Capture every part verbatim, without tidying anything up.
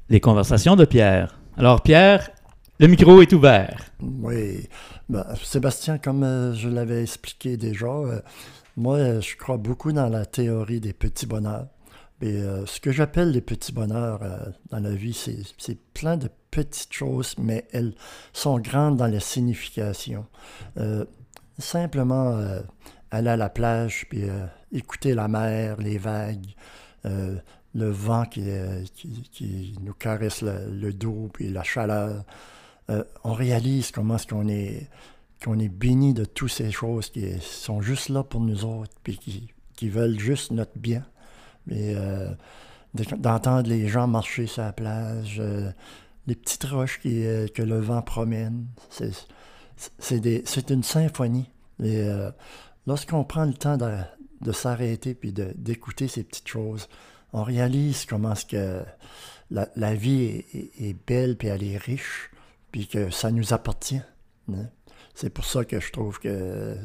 Les conversations de Pierre. Alors Pierre, le micro est ouvert. Oui. Ben, Sébastien, comme euh, je l'avais expliqué déjà, euh, moi, euh, je crois beaucoup dans la théorie des petits bonheurs. Et euh, ce que j'appelle les petits bonheurs euh, dans la vie, c'est, c'est plein de petites choses, mais elles sont grandes dans la signification. Euh, simplement euh, aller à la plage, puis euh, écouter la mer, les vagues, euh, le vent qui, euh, qui, qui nous caresse le, le dos, puis la chaleur. Euh, on réalise comment est-ce qu'on est, qu'on est béni de toutes ces choses qui sont juste là pour nous autres, puis qui, qui veulent juste notre bien. Mais euh, d'entendre les gens marcher sur la plage, euh, les petites roches qui, euh, que le vent promène, c'est, c'est, des, c'est une symphonie. Et euh, lorsqu'on prend le temps de, de s'arrêter puis de, d'écouter ces petites choses, on réalise comment est-ce que la, la vie est, est, est belle puis elle est riche, puis que ça nous appartient. Hein. C'est pour ça que je trouve que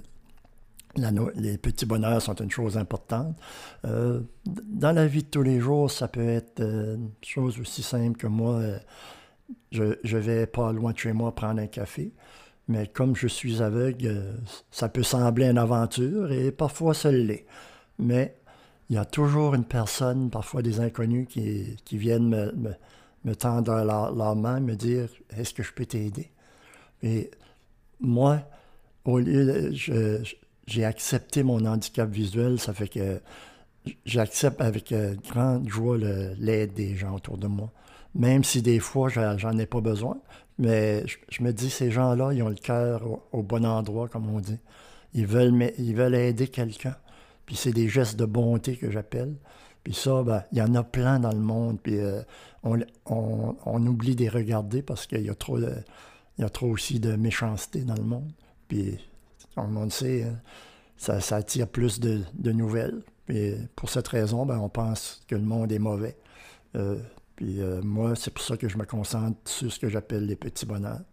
La no- les petits bonheurs sont une chose importante. Euh, dans la vie de tous les jours, ça peut être euh, une chose aussi simple que moi, euh, je, je vais pas loin de chez moi prendre un café, mais comme je suis aveugle, euh, ça peut sembler une aventure et parfois ça l'est. Mais il y a toujours une personne, parfois des inconnus, qui, qui viennent me, me, me tendre leur, leur main, me dire est-ce que je peux t'aider? Et moi, au lieu de- je, je- j'ai accepté mon handicap visuel, ça fait que j'accepte avec euh, grande joie le- l'aide des gens autour de moi. Même si des fois, j'en j'en ai pas besoin, mais je, je me dis, ces gens-là, ils ont le cœur au, au bon endroit, comme on dit. Ils veulent, m'a- ils veulent aider quelqu'un. Puis c'est des gestes de bonté que j'appelle. Puis ça, ben, il y en a plein dans le monde. Puis euh, on, on- on oublie de les regarder parce qu'il y a trop de, il y a trop aussi de méchanceté dans le monde. Puis, comme on le sait, hein, ça, ça attire plus de, de nouvelles. Et pour cette raison, ben, on pense que le monde est mauvais. Euh, puis euh, moi, c'est pour ça que je me concentre sur ce que j'appelle les petits bonheurs.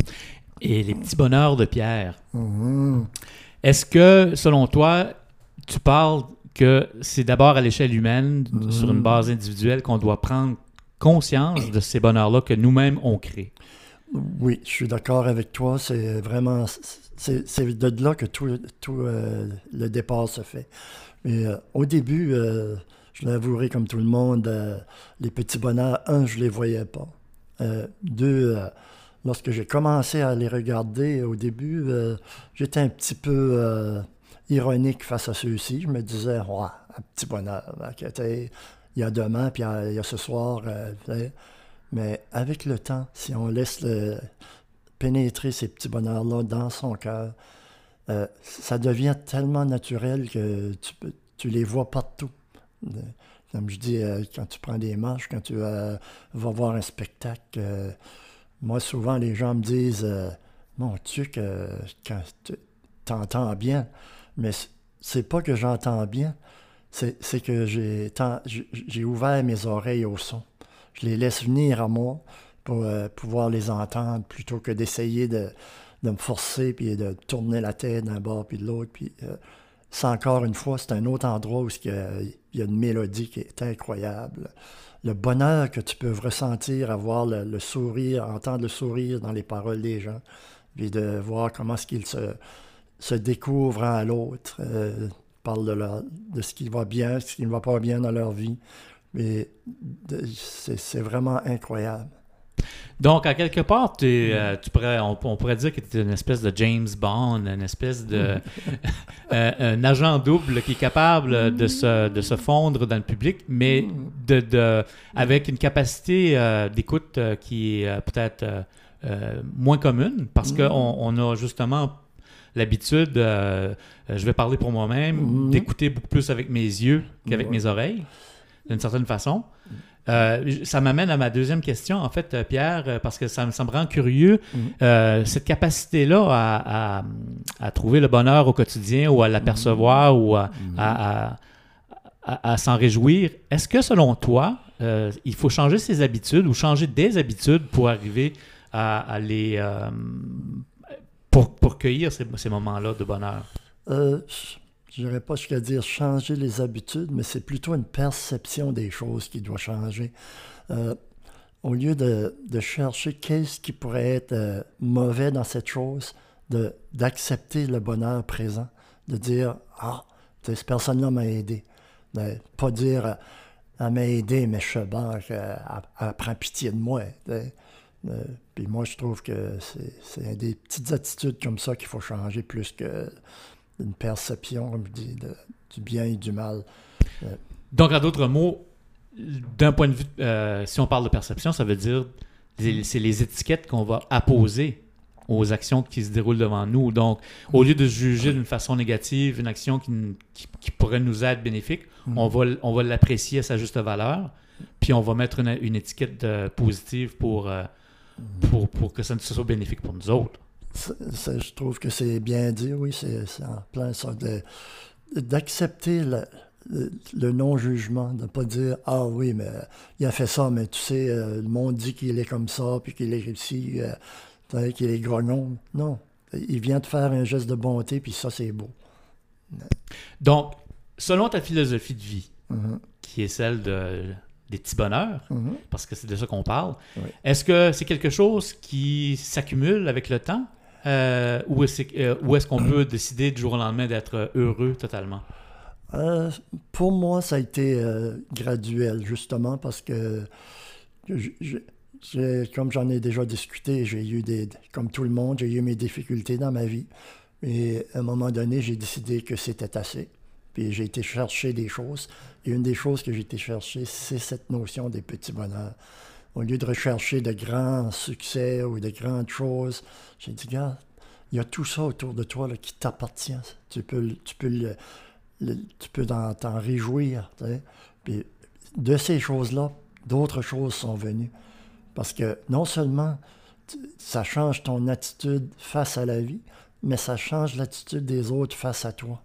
Et les petits bonheurs de Pierre. Mhm. Est-ce que, selon toi, tu parles que c'est d'abord à l'échelle humaine, Mhm. sur une base individuelle, qu'on doit prendre conscience de ces bonheurs-là que nous-mêmes on crée? Oui, je suis d'accord avec toi. C'est vraiment, c'est, c'est de là que tout, tout euh, le départ se fait. Mais euh, au début, euh, je l'avouerai comme tout le monde, euh, les petits bonheurs, un, je les voyais pas. Euh, deux, euh, lorsque j'ai commencé à les regarder au début, euh, j'étais un petit peu euh, ironique face à ceux-ci. Je me disais, ouais, un petit bonheur. Ok, tu sais, il y a demain, puis il y a, il y a ce soir. euh, tu sais. Mais avec le temps, si on laisse le- pénétrer ces petits bonheurs-là dans son cœur, euh, ça devient tellement naturel que tu, peux- tu les vois partout. Euh, Comme je dis, euh, quand tu prends des marches, quand tu euh, vas voir un spectacle, euh, moi souvent les gens me disent euh, mon Dieu, que quand tu entends bien, mais c- c'est pas que j'entends bien, c'est c'est que j'ai tant- j'ai j'ai ouvert mes oreilles au son. Je les laisse venir à moi pour euh, pouvoir les entendre plutôt que d'essayer de, de me forcer puis de tourner la tête d'un bord puis de l'autre. Puis, euh, ça, encore une fois, c'est un autre endroit où il y a, il y a une mélodie qui est incroyable. Le bonheur que tu peux ressentir, avoir le, le sourire, entendre le sourire dans les paroles des gens, puis de voir comment est-ce qu'ils se, se découvrent un à l'autre, euh, parlent de, leur- de ce qui va bien, ce qui ne va pas bien dans leur vie. Mais de- c'est c'est vraiment incroyable. Donc, à quelque part, t'es, euh, tu pourrais, on, on pourrait dire que tu es une espèce de James Bond, une espèce de euh, un agent double qui est capable de se, de se fondre dans le public, mais de, de, avec une capacité euh, d'écoute euh, qui est euh, peut-être euh, euh, moins commune, parce qu'on on a justement l'habitude, euh, euh, je vais parler pour moi-même, Mhm. d'écouter beaucoup plus avec mes yeux qu'avec Ouais. mes oreilles, d'une certaine façon. Euh, ça m'amène à ma deuxième question, en fait, euh, Pierre, euh, parce que ça, me- ça me rend curieux. Mhm. Euh, cette capacité-là à, à- à trouver le bonheur au quotidien ou à l'apercevoir ou à, à- à- à- à s'en réjouir, est-ce que, selon toi, euh, il faut changer ses habitudes ou changer des habitudes pour arriver à, à les... euh, pour, pour cueillir ces, ces moments-là de bonheur? Euh, je n'irais pas jusqu'à dire changer les habitudes, mais c'est plutôt une perception des choses qui doit changer. Euh, au lieu de, de chercher qu'est-ce qui pourrait être euh, mauvais dans cette chose, de, d'accepter le bonheur présent, de dire « Ah, cette personne-là m'a aidé ». De pas dire « Elle m'a aidé, mais je suis bon, elle, elle prend pitié de moi ». Euh, puis moi, je trouve que c'est, c'est des petites attitudes comme ça qu'il faut changer plus qu'une perception, comme je dis, de, du bien et du mal. Euh, Donc, en d'autres mots, d'un point de vue, euh, si on parle de perception, ça veut dire que c'est les étiquettes qu'on va apposer aux actions qui se déroulent devant nous. Donc, au lieu de juger d'une façon négative une action qui, qui, qui pourrait nous être bénéfique, mm-hmm. on va, on va l'apprécier à sa juste valeur, puis on va mettre une, une étiquette euh, positive pour, euh, pour, pour que ça soit bénéfique pour nous autres. Ça, ça, je trouve que c'est bien dit, oui, c'est, c'est en plein ça, de, d'accepter le, le, le non-jugement, de ne pas dire « Ah oui, mais il a fait ça, mais tu sais, euh, le monde dit qu'il est comme ça, puis qu'il est réussi. Euh, » qu'il est grognon. Non. Il vient de faire un geste de bonté, puis ça, c'est beau. Donc, selon ta philosophie de vie, mm-hmm. qui est celle de, des petits bonheurs, mm-hmm. parce que c'est de ça qu'on parle, oui. Est-ce que c'est quelque chose qui s'accumule avec le temps? Euh, ou, est-ce, euh, ou est-ce qu'on peut décider du jour au lendemain d'être heureux totalement? Euh, pour moi, ça a été euh, graduel, justement, parce que je, je, J'ai, comme j'en ai déjà discuté, j'ai eu des, comme tout le monde, j'ai eu mes difficultés dans ma vie. Et à un moment donné, j'ai décidé que c'était assez. Puis j'ai été chercher des choses. Et une des choses que j'ai été chercher, c'est cette notion des petits bonheurs. Au lieu de rechercher de grands succès ou de grandes choses, j'ai dit, regarde, il y a tout ça autour de toi là, qui t'appartient. Tu peux, tu peux, le, le, tu peux t'en, t'en réjouir. T'sais. Puis de ces choses-là, d'autres choses sont venues. Parce que non seulement ça change ton attitude face à la vie, mais ça change l'attitude des autres face à toi.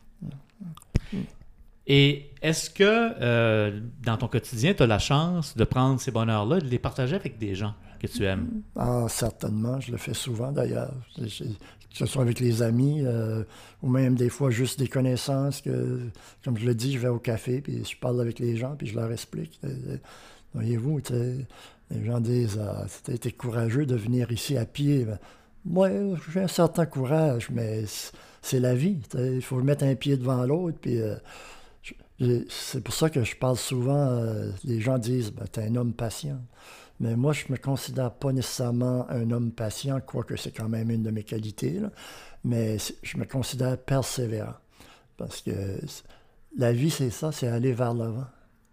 Et est-ce que euh, dans ton quotidien, tu as la chance de prendre ces bonheurs-là et de les partager avec des gens que tu aimes? Ah, certainement. Je le fais souvent d'ailleurs. Que ce soit avec les amis euh, ou même des fois juste des connaissances. Que, comme je le dis, je vais au café puis je parle avec les gens puis je leur explique. Voyez-vous, tu sais. Les gens disent ah, « C'était courageux de venir ici à pied. » Moi, j'ai un certain courage, mais c'est la vie. Il faut mettre un pied devant l'autre. Puis, euh, je, c'est pour ça que je parle souvent, euh, les gens disent ben, « T'es un homme patient. » Mais moi, je ne me considère pas nécessairement un homme patient, quoique c'est quand même une de mes qualités. Là, mais je me considère persévérant. Parce que la vie, c'est ça, c'est aller vers l'avant.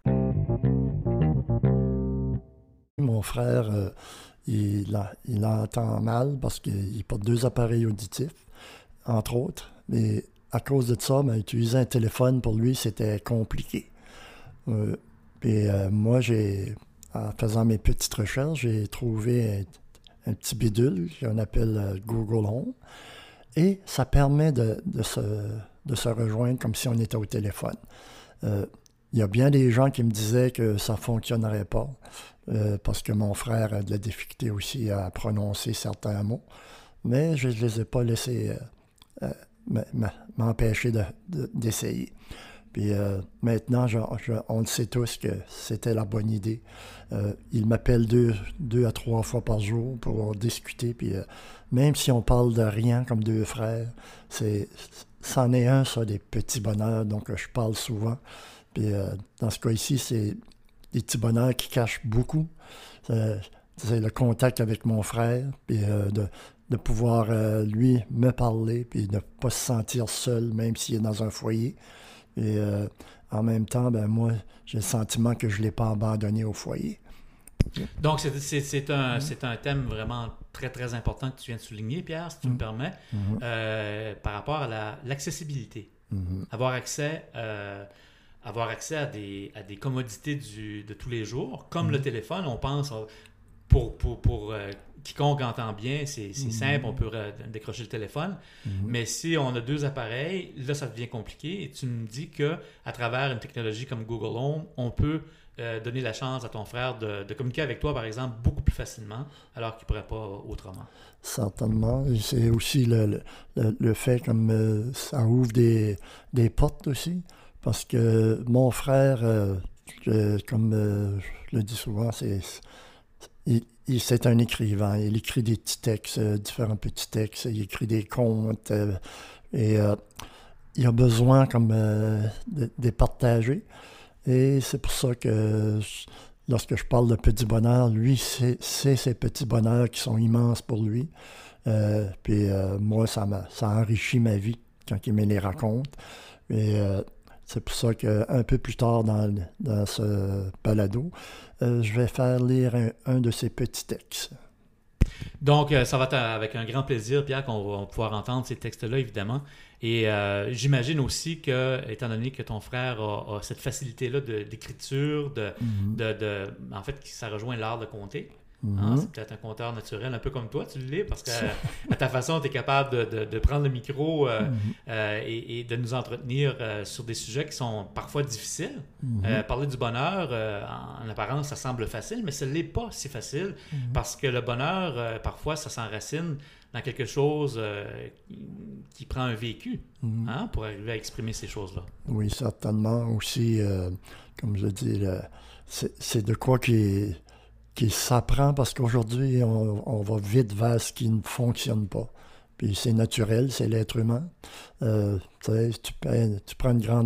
Mon frère, euh, il, a, il entend mal parce qu'il porte deux appareils auditifs, entre autres. Mais à cause de ça, ben, utiliser un téléphone, pour lui, c'était compliqué. Euh, et euh, moi, j'ai, en faisant mes petites recherches, j'ai trouvé un, un petit bidule qu'on appelle euh, Google Home. Et ça permet de, de, se, de se rejoindre comme si on était au téléphone. Euh, il y a bien des gens qui me disaient que ça ne fonctionnerait pas. Euh, parce que mon frère a de la difficulté aussi à prononcer certains mots, mais je ne les ai pas laissés euh, euh, m'empêcher de, de, d'essayer. Puis euh, maintenant, je, je, on le sait tous que c'était la bonne idée. Euh, il m'appelle deux, deux à trois fois par jour pour discuter, puis euh, même si on parle de rien comme deux frères, c'est, c'en est un, ça, des petits bonheurs, donc je parle souvent. Puis euh, dans ce cas ici, c'est des petits bonheurs qui cachent beaucoup. Euh, c'est le contact avec mon frère, puis euh, de, de pouvoir, euh, lui, me parler, puis de ne pas se sentir seul, même s'il est dans un foyer. Et euh, en même temps, ben moi, j'ai le sentiment que je ne l'ai pas abandonné au foyer. Donc, c'est, c'est, c'est, un, mmh. c'est un thème vraiment très, très important que tu viens de souligner, Pierre, si tu mmh. me permets, mmh. euh, par rapport à la, l'accessibilité. Mmh. Avoir accès... Euh, avoir accès à des, à des commodités du, de tous les jours, comme mmh. le téléphone, on pense, pour, pour, pour euh, quiconque entend bien, c'est, c'est mmh. simple, on peut euh, décrocher le téléphone, mmh. mais si on a deux appareils, là, ça devient compliqué, et tu me dis qu'à travers une technologie comme Google Home, on peut euh, donner la chance à ton frère de, de communiquer avec toi, par exemple, beaucoup plus facilement, alors qu'il ne pourrait pas autrement. Certainement. Et c'est aussi le, le, le fait comme euh, ça ouvre des, des portes aussi. Parce que mon frère, euh, je, comme euh, je le dis souvent, c'est, il, il, c'est un écrivain. Il écrit des petits textes, euh, différents petits textes. Il écrit des contes. Euh, et euh, il a besoin comme euh, de, de les partager. Et c'est pour ça que je, lorsque je parle de petit bonheur, lui, c'est, c'est ces petits bonheurs qui sont immenses pour lui. Euh, puis euh, moi, ça, m'a, ça enrichit ma vie quand il me les raconte. Et euh, c'est pour ça qu'un peu plus tard dans, dans ce balado, euh, je vais faire lire un, un de ces petits textes. Donc, euh, ça va être avec un grand plaisir, Pierre, qu'on va pouvoir entendre ces textes-là, évidemment. Et euh, j'imagine aussi que, étant donné que ton frère a, a cette facilité-là de, d'écriture, de, mm-hmm. de, de, en fait, ça rejoint l'art de conter. Mm-hmm. Hein, c'est peut-être un conteur naturel, un peu comme toi, tu l'es, parce qu'à à ta façon, tu es capable de, de, de prendre le micro euh, mm-hmm. euh, et, et de nous entretenir euh, sur des sujets qui sont parfois difficiles. Mm-hmm. Euh, parler du bonheur, euh, en, en apparence, ça semble facile, mais ce n'est pas si facile, mm-hmm. parce que le bonheur, euh, parfois, ça s'enracine dans quelque chose euh, qui, qui prend un vécu mm-hmm. hein, pour arriver à exprimer ces choses-là. Oui, certainement. Aussi, euh, comme je dis, le, c'est, c'est de quoi qui, qui s'apprend parce qu'aujourd'hui, on, on va vite vers ce qui ne fonctionne pas. Puis c'est naturel, c'est l'être humain. Euh, tu sais, tu, tu prends une grande,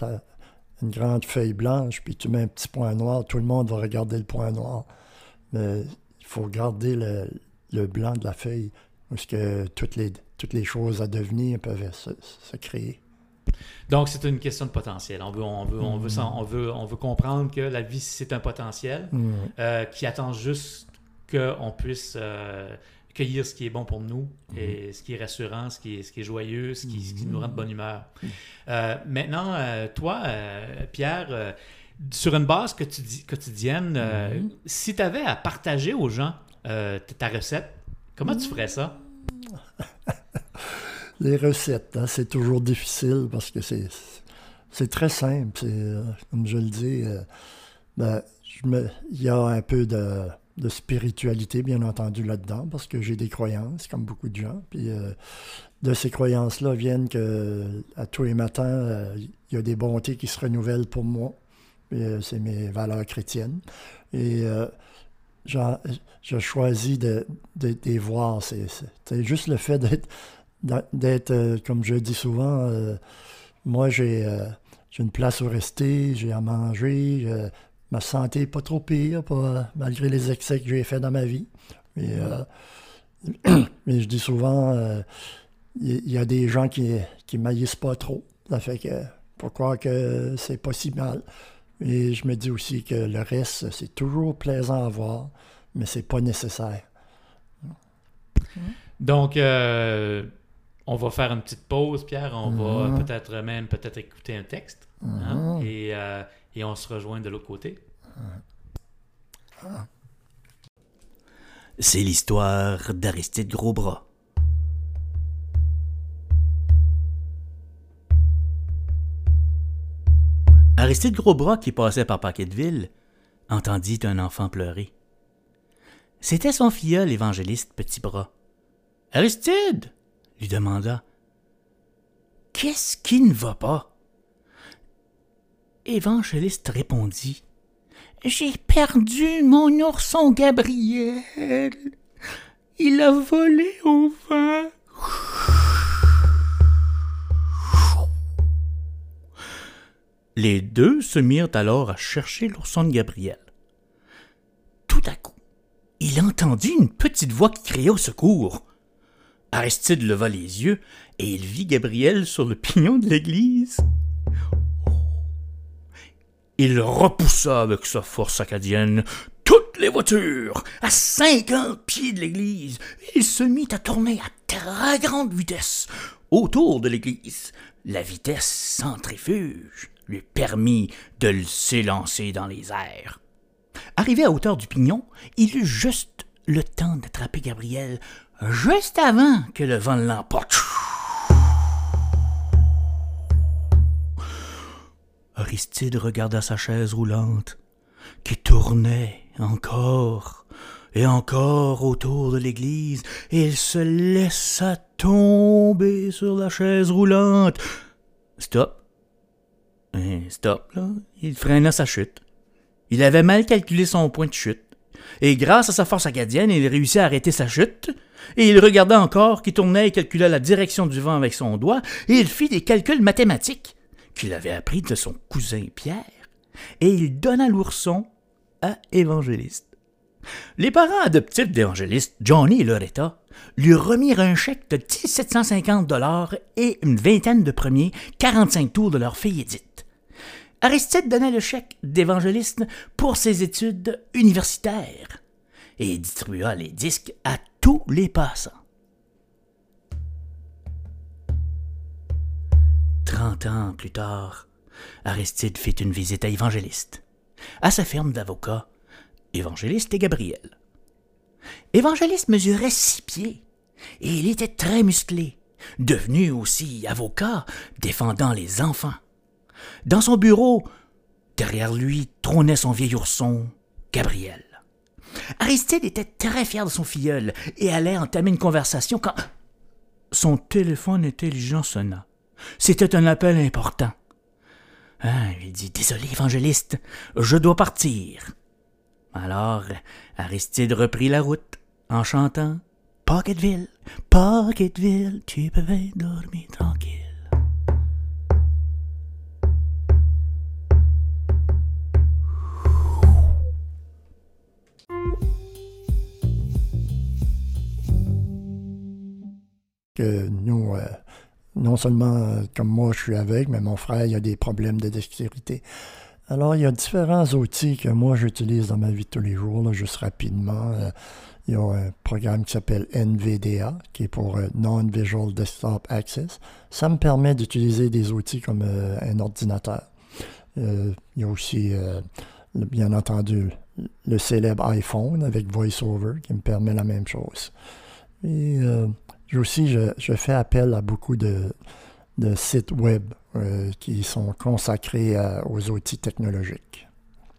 une grande feuille blanche, puis tu mets un petit point noir, tout le monde va regarder le point noir. Mais il faut garder le, le blanc de la feuille. Parce que toutes les, toutes les choses à devenir peuvent se, se créer. Donc, c'est une question de potentiel. On veut, on veut, on veut, on veut, on veut comprendre que la vie, c'est un potentiel mmh. euh, qui attend juste qu'on puisse euh, cueillir ce qui est bon pour nous, mmh. et ce qui est rassurant, ce qui est, ce qui est joyeux, ce qui, ce qui nous rend de bonne humeur. Mmh. Euh, maintenant, euh, toi, euh, Pierre, euh, sur une base quotidi- quotidienne, euh, mmh. si tu avais à partager aux gens euh, ta recette, comment tu ferais ça? Les recettes, hein, c'est toujours difficile parce que c'est, c'est très simple. C'est, euh, comme je le dis, euh, ben, je me, il y a un peu de, de spiritualité, bien entendu, là-dedans, parce que j'ai des croyances, comme beaucoup de gens. Puis euh, de ces croyances-là viennent que à tous les matins, euh, il y a des bontés qui se renouvellent pour moi. Puis, euh, c'est mes valeurs chrétiennes. Et euh, Genre, je choisis de, de, de les voir. C'est, c'est, c'est juste le fait d'être, d'être euh, comme je dis souvent, euh, moi, j'ai, euh, j'ai une place où rester, j'ai à manger, je, ma santé n'est pas trop pire, pas, malgré les excès que j'ai faits dans ma vie. Mais, euh, mais je dis souvent, il euh, y, y a des gens qui ne maïssent pas trop. Ça fait que, pour croire que c'est pas si mal. Et je me dis aussi que le reste, c'est toujours plaisant à voir, mais c'est pas nécessaire. Donc, euh, on va faire une petite pause, Pierre. On mm-hmm. va peut-être même peut-être écouter un texte. Mm-hmm. Hein, et, euh, et on se rejoint de l'autre côté. Mm-hmm. C'est l'histoire d'Aristide Grosbras. Aristide Grosbras, qui passait par Paquetteville, entendit un enfant pleurer. C'était son filleul évangéliste Petitbras. « Aristide !» lui demanda. « Qu'est-ce qui ne va pas ?» Évangéliste répondit. « J'ai perdu mon ourson Gabriel. Il a volé au vent. » Les deux se mirent alors à chercher l'ourson de Gabriel. Tout à coup, il entendit une petite voix qui criait au secours. Aristide leva les yeux et il vit Gabriel sur le pignon de l'église. Il repoussa avec sa force acadienne toutes les voitures à cinquante pieds de l'église. Il se mit à tourner à très grande vitesse autour de l'église. La vitesse centrifuge lui permit de s'élancer dans les airs. Arrivé à hauteur du pignon, il eut juste le temps d'attraper Gabriel, juste avant que le vent l'emporte. Aristide regarda sa chaise roulante, qui tournait encore et encore autour de l'église, et il se laissa tomber sur la chaise roulante. Stop! Stop, là. Il freina sa chute. Il avait mal calculé son point de chute. Et grâce à sa force acadienne, il réussit à arrêter sa chute. Et il regarda encore, qui tournait et calcula la direction du vent avec son doigt, et il fit des calculs mathématiques qu'il avait appris de son cousin Pierre. Et il donna l'ourson à Évangéliste. Les parents adoptifs d'Évangéliste, Johnny et Loretta, lui remirent un chèque de mille sept cent cinquante dollars et une vingtaine de premiers quarante-cinq tours de leur fille Édith. Aristide donna le chèque d'Évangéliste pour ses études universitaires et distribua les disques à tous les passants. Trente ans plus tard, Aristide fit une visite à Évangéliste, à sa firme d'avocats, Évangéliste et Gabriel. Évangéliste mesurait six pieds et il était très musclé, devenu aussi avocat défendant les enfants. Dans son bureau, derrière lui, trônait son vieil ourson, Gabriel. Aristide était très fier de son filleul et allait entamer une conversation quand son téléphone intelligent sonna. C'était un appel important. Ah, il dit « Désolé, Évangéliste, je dois partir. » Alors, Aristide reprit la route en chantant « Pocketville, Pocketville, tu peux dormir tranquille. » Que nous, euh, non seulement euh, comme moi je suis aveugle, mais mon frère il a des problèmes de dextérité. Alors il y a différents outils que moi j'utilise dans ma vie de tous les jours, là, juste rapidement. Euh, il y a un programme qui s'appelle N V D A, qui est pour euh, Non-Visual Desktop Access. Ça me permet d'utiliser des outils comme euh, un ordinateur. Euh, il y a aussi, euh, le, bien entendu, le célèbre iPhone avec VoiceOver qui me permet la même chose. Et euh, aussi, je, je fais appel à beaucoup de, de sites web euh, qui sont consacrés à, aux outils technologiques.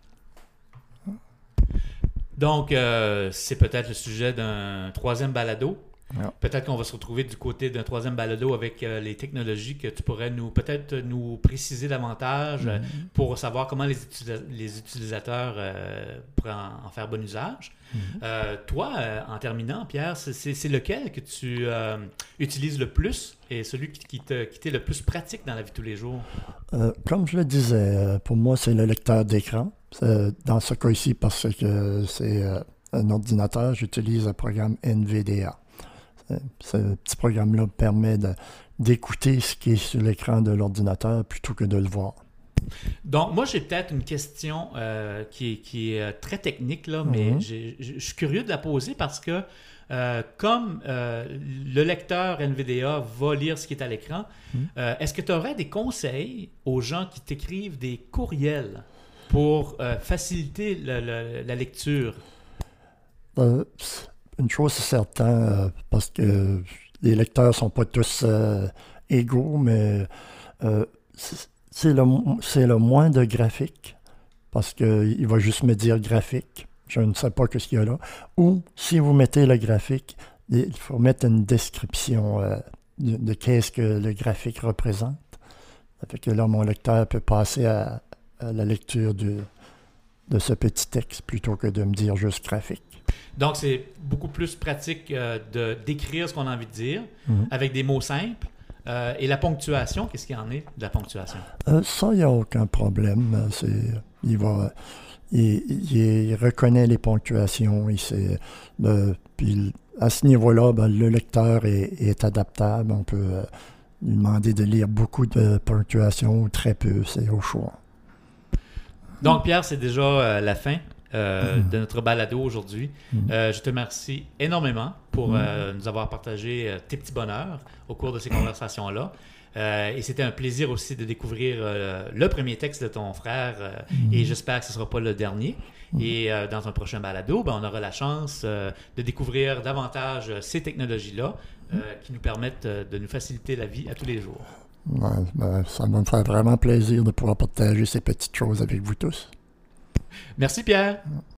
Donc, euh, c'est peut-être le sujet d'un troisième balado. Ouais. Peut-être qu'on va se retrouver du côté d'un troisième balado avec euh, les technologies que tu pourrais nous peut-être nous préciser davantage mm-hmm. euh, pour savoir comment les, utili- les utilisateurs euh, pourraient en, en faire bon usage. Mm-hmm. Euh, toi, euh, en terminant, Pierre, c'est, c'est, c'est lequel que tu euh, utilises le plus et celui qui, qui, te, qui t'est le plus pratique dans la vie de tous les jours? Euh, comme je le disais, pour moi, c'est le lecteur d'écran. C'est, dans ce cas ici, parce que c'est euh, un ordinateur, j'utilise le programme N V D A. Ce petit programme-là permet de, d'écouter ce qui est sur l'écran de l'ordinateur plutôt que de le voir. Donc, moi, j'ai peut-être une question euh, qui, est, qui est très technique, là, mais mm-hmm. j'ai, je suis curieux de la poser parce que euh, comme euh, le lecteur N V D A va lire ce qui est à l'écran, mm-hmm. euh, est-ce que tu aurais des conseils aux gens qui t'écrivent des courriels pour euh, faciliter le, le, la lecture? Euh, Une chose c'est certain, euh, parce que les lecteurs ne sont pas tous euh, égaux, mais euh, c'est, c'est, le, c'est le moins de graphique, parce qu'il va juste me dire graphique, je ne sais pas ce qu'il y a là. Ou si vous mettez le graphique, il faut mettre une description euh, de, de qu'est-ce que le graphique représente. Ça fait que là, mon lecteur peut passer à, à la lecture du, de ce petit texte plutôt que de me dire juste graphique. Donc, c'est beaucoup plus pratique euh, de, d'écrire ce qu'on a envie de dire mm-hmm. avec des mots simples. Euh, et la ponctuation, qu'est-ce qu'il y en est de la ponctuation? Euh, ça, il n'y a aucun problème. C'est, il, va, il, il, il reconnaît les ponctuations. Il sait, euh, puis à ce niveau-là, ben, le lecteur est, est adaptable. On peut euh, lui demander de lire beaucoup de ponctuation ou très peu. C'est au choix. Donc, Pierre, c'est déjà euh, la fin. Euh, mmh. de notre balado aujourd'hui. Mmh. Euh, je te remercie énormément pour mmh. euh, nous avoir partagé euh, tes petits bonheurs au cours de ces conversations-là. Euh, et c'était un plaisir aussi de découvrir euh, le premier texte de ton frère euh, mmh. et j'espère que ce ne sera pas le dernier. Mmh. Et euh, dans un prochain balado, ben, on aura la chance euh, de découvrir davantage ces technologies-là euh, qui nous permettent euh, de nous faciliter la vie à tous les jours. Ouais, ben, ça va me faire vraiment plaisir de pouvoir partager ces petites choses avec vous tous. Merci Pierre.